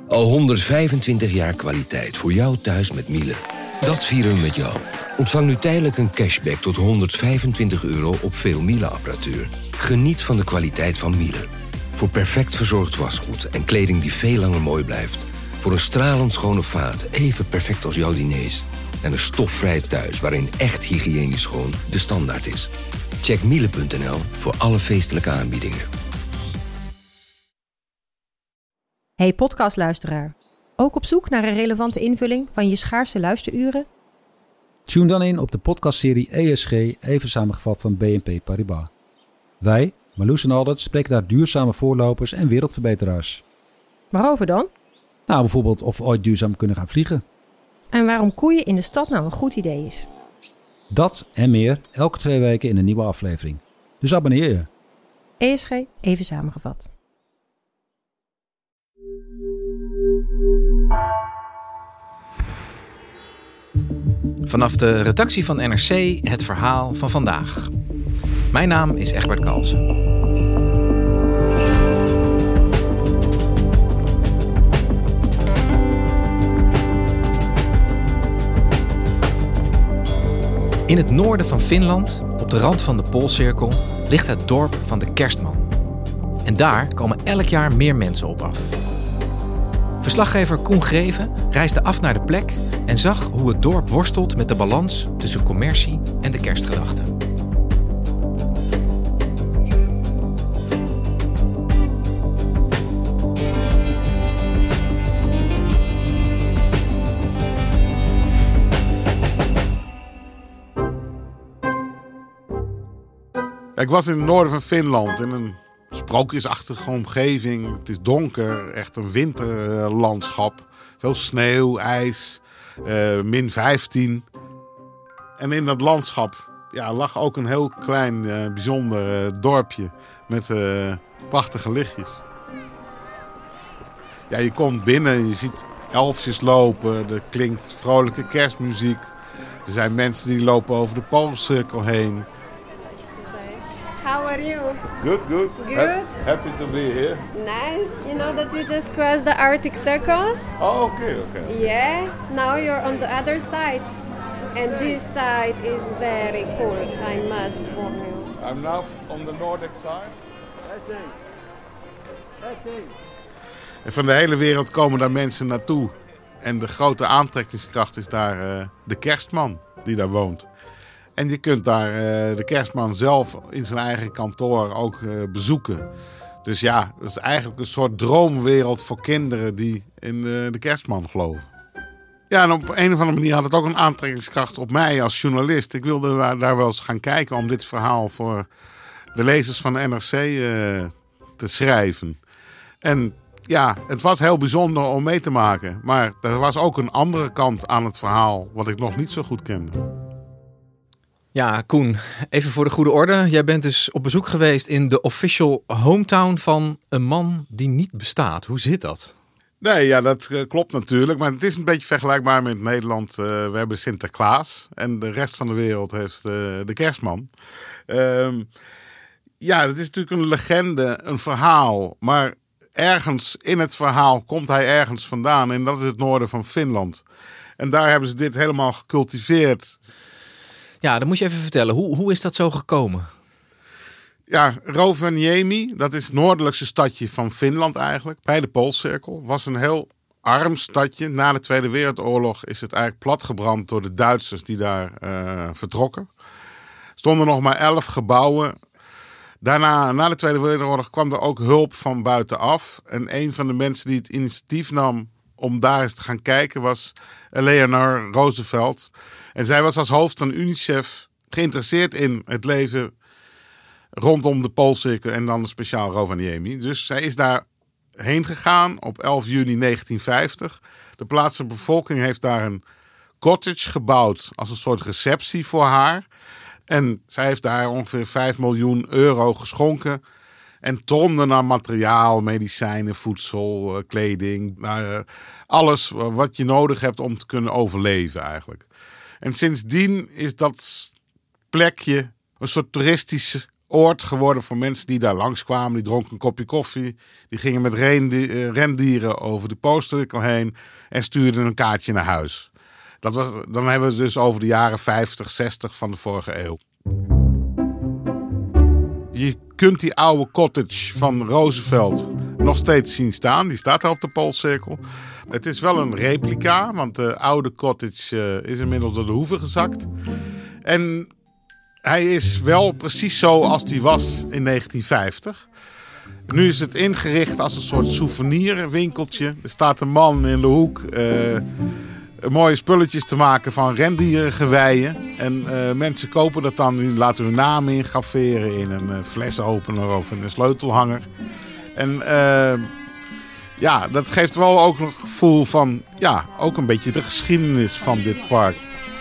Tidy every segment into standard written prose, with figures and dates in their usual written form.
Al 125 jaar kwaliteit voor jou thuis met Miele. Dat vieren we met jou. Ontvang nu tijdelijk een cashback tot €125 op veel Miele-apparatuur. Geniet van de kwaliteit van Miele. Voor perfect verzorgd wasgoed en kleding die veel langer mooi blijft. Voor een stralend schone vaat, even perfect als jouw diners. En een stofvrij thuis waarin echt hygiënisch schoon de standaard is. Check miele.nl voor alle feestelijke aanbiedingen. Hey podcastluisteraar. Ook op zoek naar een relevante invulling van je schaarse luisteruren? Tune dan in op de podcastserie ESG, even samengevat van BNP Paribas. Wij, Marloes en Aldert, spreken daar duurzame voorlopers en wereldverbeteraars. Waarover dan? Nou, bijvoorbeeld of we ooit duurzaam kunnen gaan vliegen. En waarom koeien in de stad nou een goed idee is? Dat en meer elke 2 weken in een nieuwe aflevering. Dus abonneer je. ESG, even samengevat. Vanaf de redactie van NRC het verhaal van vandaag. Mijn naam is Egbert Kalsen. In het noorden van Finland, op de rand van de Poolcirkel, ligt het dorp van de Kerstman. En daar komen elk jaar meer mensen op af. Verslaggever Koen Greven reisde af naar de plek en zag hoe het dorp worstelt met de balans tussen commercie en de kerstgedachte. Ik was in het noorden van Finland in een sprookjesachtige omgeving. Het is donker, echt een winterlandschap. Veel sneeuw, ijs, -15. En in dat landschap lag ook een heel klein, bijzonder dorpje met prachtige lichtjes. Ja, je komt binnen, je ziet elfjes lopen, er klinkt vrolijke kerstmuziek. Er zijn mensen die lopen over de Poolcirkel heen. How are you? Good, good. Good. Happy to be here. Nice. You know that you just crossed the Arctic Circle? Oh, okay. Yeah. Now you're on the other side. And this side is very cold, I must warn you. I'm now on the Nordic side. En van de hele wereld komen daar mensen naartoe. En de grote aantrekkingskracht is daar de kerstman die daar woont. En je kunt daar de kerstman zelf in zijn eigen kantoor ook bezoeken. Dus ja, dat is eigenlijk een soort droomwereld voor kinderen die in de kerstman geloven. Ja, en op een of andere manier had het ook een aantrekkingskracht op mij als journalist. Ik wilde daar wel eens gaan kijken om dit verhaal voor de lezers van de NRC te schrijven. En ja, het was heel bijzonder om mee te maken. Maar er was ook een andere kant aan het verhaal wat ik nog niet zo goed kende. Ja, Koen, even voor de goede orde. Jij bent dus op bezoek geweest in de official hometown van een man die niet bestaat. Hoe zit dat? Nee, ja, dat klopt natuurlijk. Maar het is een beetje vergelijkbaar met Nederland. We hebben Sinterklaas en de rest van de wereld heeft de kerstman. Ja, dat is natuurlijk een legende, een verhaal. Maar ergens in het verhaal komt hij ergens vandaan. En dat is het noorden van Finland. En daar hebben ze dit helemaal gecultiveerd. Ja, dan moet je even vertellen. Hoe is dat zo gekomen? Ja, Rovaniemi, dat is het noordelijkste stadje van Finland eigenlijk. Bij de Poolcirkel. Was een heel arm stadje. Na de Tweede Wereldoorlog is het eigenlijk platgebrand door de Duitsers die daar vertrokken. Er stonden nog maar 11 gebouwen. Daarna, na de Tweede Wereldoorlog, kwam er ook hulp van buitenaf. En een van de mensen die het initiatief nam om daar eens te gaan kijken was Eleanor Roosevelt. En zij was als hoofd van UNICEF geïnteresseerd in het leven rondom de Poolcirkel en dan speciaal Rovaniemi. Dus zij is daar heen gegaan op 11 juni 1950. De plaatselijke bevolking heeft daar een cottage gebouwd als een soort receptie voor haar. En zij heeft daar ongeveer €5 miljoen geschonken. En tonnen aan materiaal, medicijnen, voedsel, kleding. Alles wat je nodig hebt om te kunnen overleven eigenlijk. En sindsdien is dat plekje een soort toeristische oord geworden voor mensen die daar langskwamen. Die dronken een kopje koffie. Die gingen met rendieren over de poolcirkel heen en stuurden een kaartje naar huis. Dan hebben we het dus over de jaren 50, 60 van de vorige eeuw. Je kunt die oude cottage van Roosevelt nog steeds zien staan. Die staat daar op de Poolcirkel. Het is wel een replica, want de oude cottage is inmiddels door de hoeven gezakt. En hij is wel precies zo als die was in 1950. Nu is het ingericht als een soort souvenirwinkeltje. Er staat een man in de hoek mooie spulletjes te maken van rendiergeweien. En mensen kopen dat dan, die laten hun naam in graveren in een flesopener of in een sleutelhanger. En dat geeft wel ook een gevoel van, ook een beetje de geschiedenis van dit park.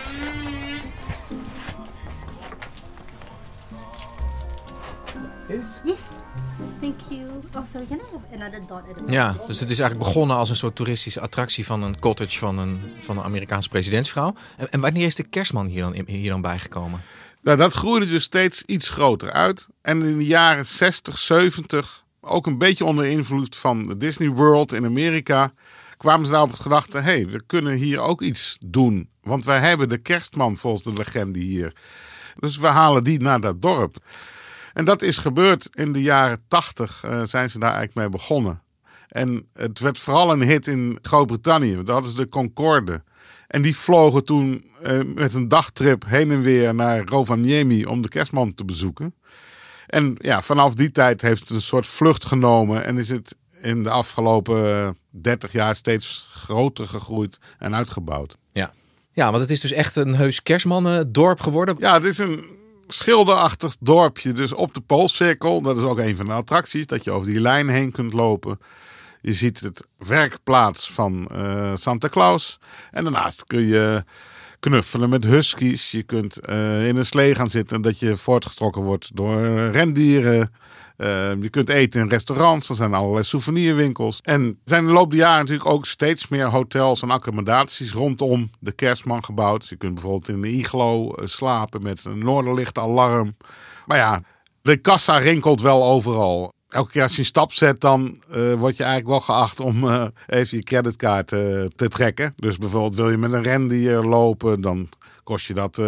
Yes, thank you. Oh, sorry, can I have another dot at the Ja, dus het is eigenlijk begonnen als een soort toeristische attractie van een cottage van een Amerikaanse presidentsvrouw. En wanneer is de kerstman hier dan bijgekomen? Nou, dat groeide dus steeds iets groter uit. En in de jaren 60, 70, ook een beetje onder invloed van de Disney World in Amerika, kwamen ze daar op het gedachte, we kunnen hier ook iets doen. Want wij hebben de kerstman volgens de legende hier. Dus we halen die naar dat dorp. En dat is gebeurd in de jaren 80, zijn ze daar eigenlijk mee begonnen. En het werd vooral een hit in Groot-Brittannië. Dat hadden ze de Concorde. En die vlogen toen met een dagtrip heen en weer naar Rovaniemi om de kerstman te bezoeken. En vanaf die tijd heeft het een soort vlucht genomen en is het in de afgelopen 30 jaar steeds groter gegroeid en uitgebouwd. Ja, want het is dus echt een heus kerstmannendorp geworden. Ja, het is een schilderachtig dorpje, dus op de Poolcirkel. Dat is ook een van de attracties, dat je over die lijn heen kunt lopen. Je ziet het werkplaats van Santa Claus. En daarnaast kun je knuffelen met huskies. Je kunt in een slee gaan zitten dat je voortgetrokken wordt door rendieren. Je kunt eten in restaurants. Er zijn allerlei souvenirwinkels. En er zijn in de loop der jaren natuurlijk ook steeds meer hotels en accommodaties rondom de kerstman gebouwd. Je kunt bijvoorbeeld in een iglo slapen met een noorderlichtalarm. Maar de kassa rinkelt wel overal. Elke keer als je een stap zet, dan word je eigenlijk wel geacht om even je creditkaart te trekken. Dus bijvoorbeeld wil je met een rendier lopen, dan kost je dat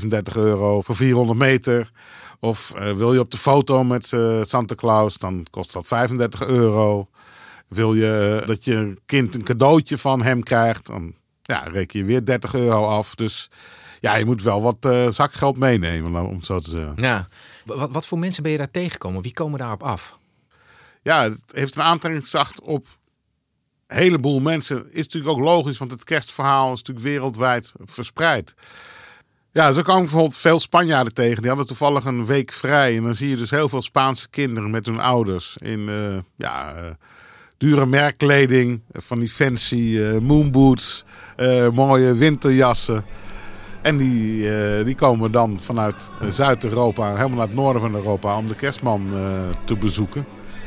€35 voor 400 meter. Of wil je op de foto met Santa Claus, dan kost dat €35. Wil je dat je kind een cadeautje van hem krijgt, dan reken je weer €30 af. Dus je moet wel wat zakgeld meenemen, om het zo te zeggen. Ja. Wat voor mensen ben je daar tegengekomen? Wie komen daarop af? Ja, het heeft een aantrekkingskracht op een heleboel mensen. Is natuurlijk ook logisch, want het kerstverhaal is natuurlijk wereldwijd verspreid. Ja, zo kwam ik bijvoorbeeld veel Spanjaarden tegen. Die hadden toevallig een week vrij. En dan zie je dus heel veel Spaanse kinderen met hun ouders in dure merkkleding. Van die fancy moonboots, mooie winterjassen. En die komen dan vanuit Zuid-Europa, helemaal naar het noorden van Europa, om de kerstman te bezoeken.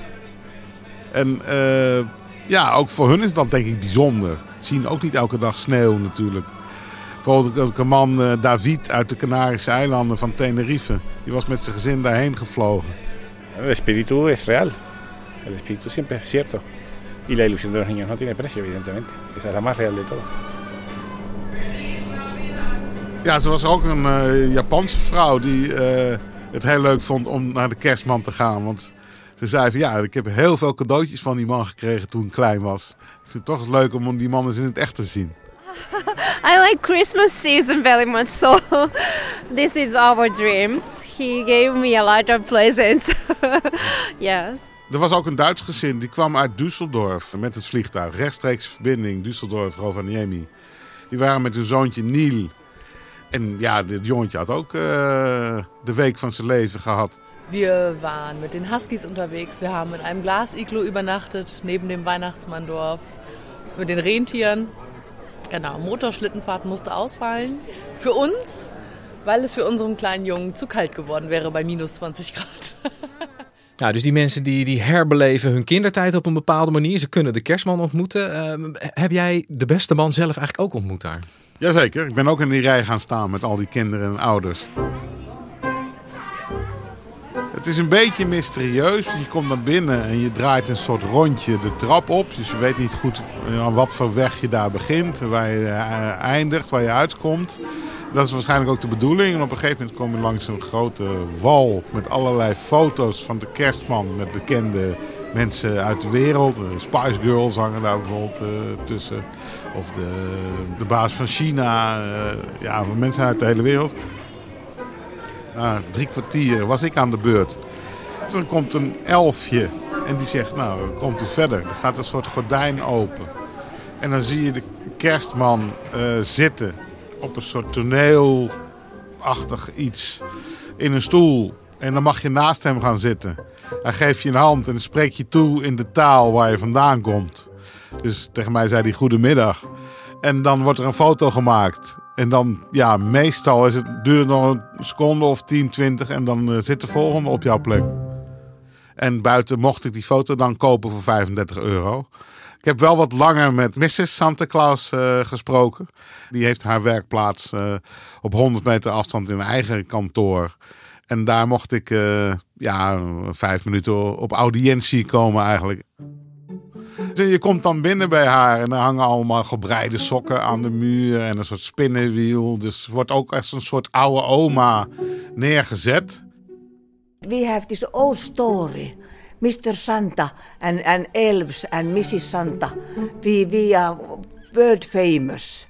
En ook voor hun is dat denk ik bijzonder. Ze zien ook niet elke dag sneeuw natuurlijk. Bijvoorbeeld ook een man, David, uit de Canarische eilanden van Tenerife. Die was met zijn gezin daarheen gevlogen. El espíritu es real. El espíritu siempre es cierto. Y la ilusión de los niños no tiene precio, evidentemente. Esa es la más real de todas. Ja, ze was ook een Japanse vrouw die het heel leuk vond om naar de kerstman te gaan. Want ze zei van ik heb heel veel cadeautjes van die man gekregen toen ik klein was. Ik vind het toch leuk om die man eens in het echt te zien. I like Christmas season very much, so this is our dream. He gave me a lot of presents. Yeah. Er was ook een Duits gezin, die kwam uit Düsseldorf met het vliegtuig. Rechtstreeks verbinding Düsseldorf-Rovaniemi. Die waren met hun zoontje Neil. En dit jongetje had ook de week van zijn leven gehad. Wir waren mit den Huskies unterwegs. Wir haben in einem Glasiglo übernachtet, neben dem Weihnachtsmanndorf, mit den Rentieren. Genau, Motorschlittenfahrt musste ausfallen. Für uns, weil es für unseren kleinen Jungen zu kalt geworden wäre bei minus 20 Grad. Ja, dus die mensen die herbeleven hun kindertijd op een bepaalde manier. Ze kunnen de kerstman ontmoeten. Heb jij de beste man zelf eigenlijk ook ontmoet daar? Jazeker, ik ben ook in die rij gaan staan met al die kinderen en ouders. Het is een beetje mysterieus. Je komt naar binnen en je draait een soort rondje de trap op. Dus je weet niet goed aan wat voor weg je daar begint, waar je eindigt, waar je uitkomt. Dat is waarschijnlijk ook de bedoeling. En op een gegeven moment kom je langs een grote wal met allerlei foto's van de kerstman met bekende mensen uit de wereld. De Spice Girls hangen daar bijvoorbeeld tussen. Of de baas van China. Mensen uit de hele wereld. 3 kwartier was ik aan de beurt. Dan komt een elfje en die zegt, nou, komt u verder. Er gaat een soort gordijn open. En dan zie je de kerstman zitten op een soort toneelachtig iets in een stoel. En dan mag je naast hem gaan zitten. Hij geeft je een hand en dan spreekt je toe in de taal waar je vandaan komt. Dus tegen mij zei hij goedemiddag. En dan wordt er een foto gemaakt. En dan, meestal duurt het nog een seconde of 10, 20 en dan zit de volgende op jouw plek. En buiten mocht ik die foto dan kopen voor €35. Ik heb wel wat langer met Mrs. Santa Claus gesproken. Die heeft haar werkplaats op 100 meter afstand in een eigen kantoor. En daar mocht ik 5 minuten op audiëntie komen eigenlijk. Je komt dan binnen bij haar en er hangen allemaal gebreide sokken aan de muur en een soort spinnenwiel. Dus wordt ook als een soort oude oma neergezet. We have this old story. Mr. Santa and elves and Mrs. Santa. We are world famous.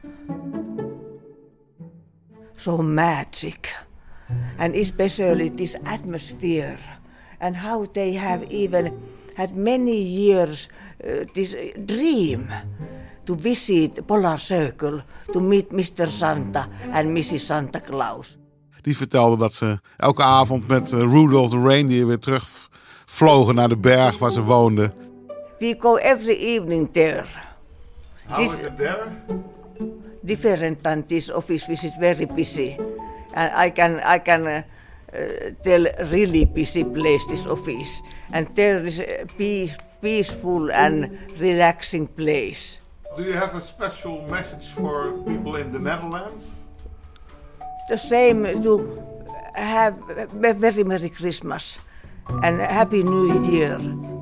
So magic. And especially this atmosphere. And how they have even had many years this dream to visit Polar Circle to meet Mr. Santa and Mrs. Santa Claus. Die vertelde dat ze elke avond met Rudolph the Reindeer weer terugvlogen naar de berg waar ze woonden. We go every evening there. How is it there? Different than this office visit, very busy. And I can tell really busy place this office. And there is a peaceful and relaxing place. Do you have a special message for people in the Netherlands? The same to have a very Merry Christmas and Happy New Year.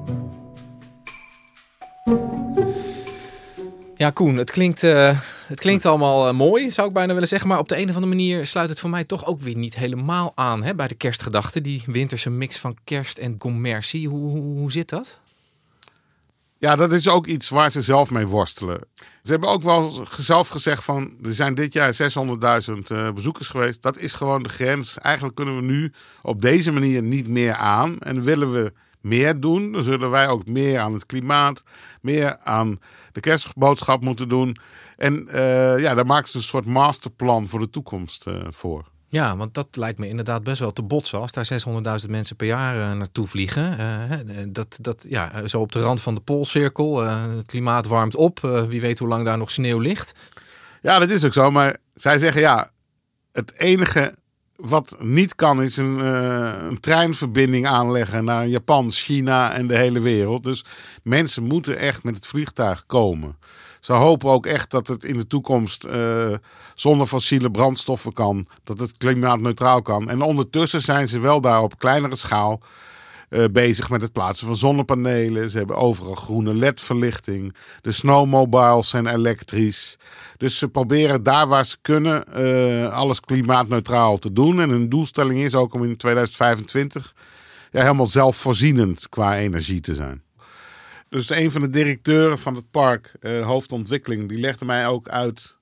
Ja, Koen, het klinkt allemaal mooi, zou ik bijna willen zeggen. Maar op de een of andere manier sluit het voor mij toch ook weer niet helemaal aan bij de kerstgedachte. Die winterse mix van kerst en commercie. Hoe zit dat? Ja, dat is ook iets waar ze zelf mee worstelen. Ze hebben ook wel zelf gezegd van, er zijn dit jaar 600.000 bezoekers geweest. Dat is gewoon de grens. Eigenlijk kunnen we nu op deze manier niet meer aan. En willen we meer doen, dan zullen wij ook meer aan het klimaat, meer aan de kerstboodschap moeten doen. En daar maken ze een soort masterplan voor de toekomst voor. Ja, want dat lijkt me inderdaad best wel te botsen als daar 600.000 mensen per jaar naartoe vliegen. Zo op de rand van de Poolcirkel. Het klimaat warmt op. Wie weet hoe lang daar nog sneeuw ligt. Ja, dat is ook zo. Maar zij zeggen het enige wat niet kan is een treinverbinding aanleggen naar Japan, China en de hele wereld. Dus mensen moeten echt met het vliegtuig komen. Ze hopen ook echt dat het in de toekomst zonder fossiele brandstoffen kan. Dat het klimaatneutraal kan. En ondertussen zijn ze wel daar op kleinere schaal bezig met het plaatsen van zonnepanelen. Ze hebben overal groene LED-verlichting. De snowmobiles zijn elektrisch. Dus ze proberen daar waar ze kunnen alles klimaatneutraal te doen. En hun doelstelling is ook om in 2025 helemaal zelfvoorzienend qua energie te zijn. Dus een van de directeuren van het park, hoofdontwikkeling, die legde mij ook uit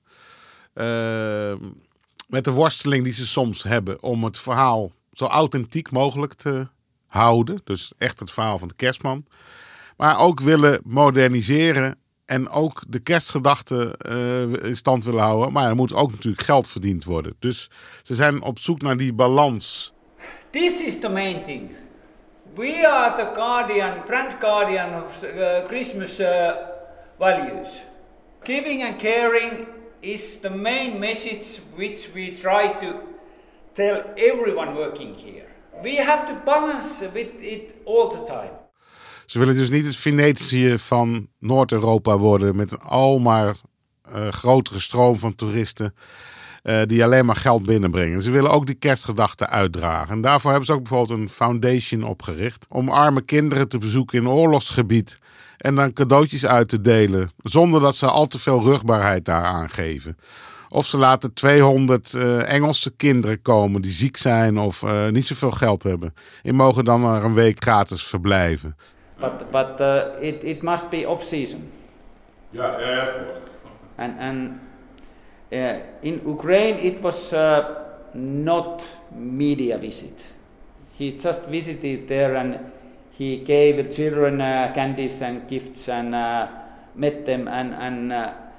met de worsteling die ze soms hebben om het verhaal zo authentiek mogelijk te houden. Dus echt het verhaal van de kerstman. Maar ook willen moderniseren en ook de kerstgedachte in stand willen houden. Maar er moet ook natuurlijk geld verdiend worden. Dus ze zijn op zoek naar die balans. This is the main thing. We are the brand guardian of Christmas values. Giving and caring is the main message which we try to tell everyone working here. We have to balance with it all the time. Ze willen dus niet het Venetië van Noord-Europa worden met een almaar grotere stroom van toeristen. die alleen maar geld binnenbrengen. Ze willen ook die kerstgedachte uitdragen. En daarvoor hebben ze ook bijvoorbeeld een foundation opgericht om arme kinderen te bezoeken in oorlogsgebied en dan cadeautjes uit te delen, zonder dat ze al te veel rugbaarheid daaraan geven. Of ze laten 200 Engelse kinderen komen die ziek zijn of niet zoveel geld hebben. En mogen dan maar een week gratis verblijven. But it must be off-season. Yeah, of course. And in Ukraine it was not media visit. He just visited there and he gave the children candies and gifts and met them and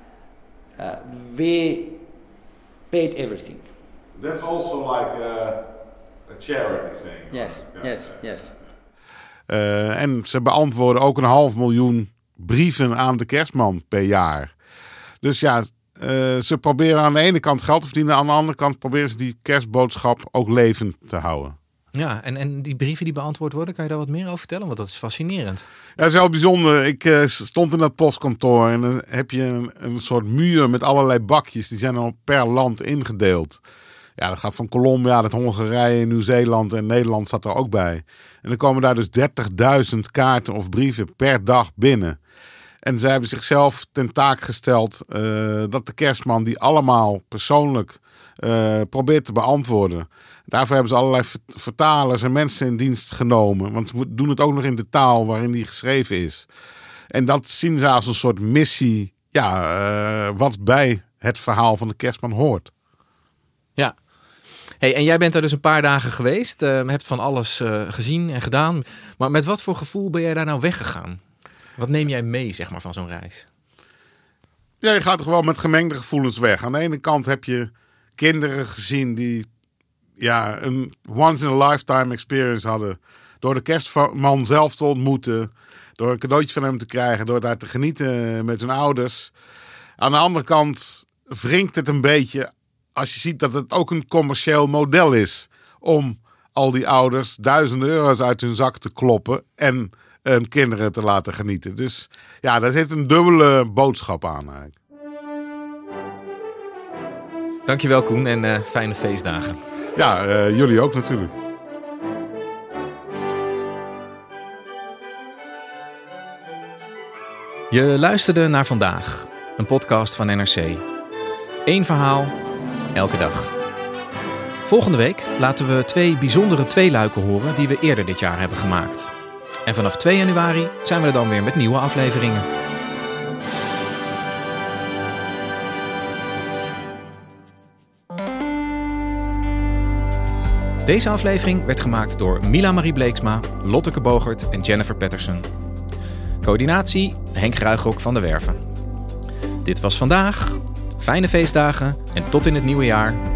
we paid everything. That's also like a charity thing. Yes. En ze beantwoorden ook 500.000 brieven aan de kerstman per jaar. Dus ja, ze proberen aan de ene kant geld te verdienen, aan de andere kant proberen ze die kerstboodschap ook levend te houden. Ja, en die brieven die beantwoord worden, kan je daar wat meer over vertellen? Want dat is fascinerend. Ja, dat is wel bijzonder. Ik stond in dat postkantoor en dan heb je een soort muur met allerlei bakjes. Die zijn dan per land ingedeeld. Ja, dat gaat van Colombia tot Hongarije, Nieuw-Zeeland en Nederland zat er ook bij. En dan komen daar dus 30.000 kaarten of brieven per dag binnen. En zij hebben zichzelf ten taak gesteld dat de kerstman die allemaal persoonlijk probeert te beantwoorden. Daarvoor hebben ze allerlei vertalers en mensen in dienst genomen. Want ze doen het ook nog in de taal waarin die geschreven is. En dat zien ze als een soort missie, wat bij het verhaal van de kerstman hoort. Ja. Hey, en jij bent daar dus een paar dagen geweest. Hebt van alles gezien en gedaan. Maar met wat voor gevoel ben jij daar nou weggegaan? Wat neem jij mee, zeg maar, van zo'n reis? Ja, je gaat toch wel met gemengde gevoelens weg. Aan de ene kant heb je kinderen gezien die een once-in-a-lifetime experience hadden. Door de kerstman zelf te ontmoeten. Door een cadeautje van hem te krijgen. Door daar te genieten met hun ouders. Aan de andere kant wringt het een beetje als je ziet dat het ook een commercieel model is. Om al die ouders duizenden euro's uit hun zak te kloppen. En hun kinderen te laten genieten. Dus ja, daar zit een dubbele boodschap aan eigenlijk. Dankjewel Koen en fijne feestdagen. Ja, jullie ook natuurlijk. Je luisterde naar Vandaag, een podcast van NRC. 1 verhaal, elke dag. Volgende week laten we 2 bijzondere tweeluiken horen die we eerder dit jaar hebben gemaakt. En vanaf 2 januari zijn we er dan weer met nieuwe afleveringen. Deze aflevering werd gemaakt door Mila Marie Bleeksma, Lotteke Bogert en Jennifer Patterson. Coördinatie Henk Ruigrok van der Werven. Dit was Vandaag. Fijne feestdagen en tot in het nieuwe jaar.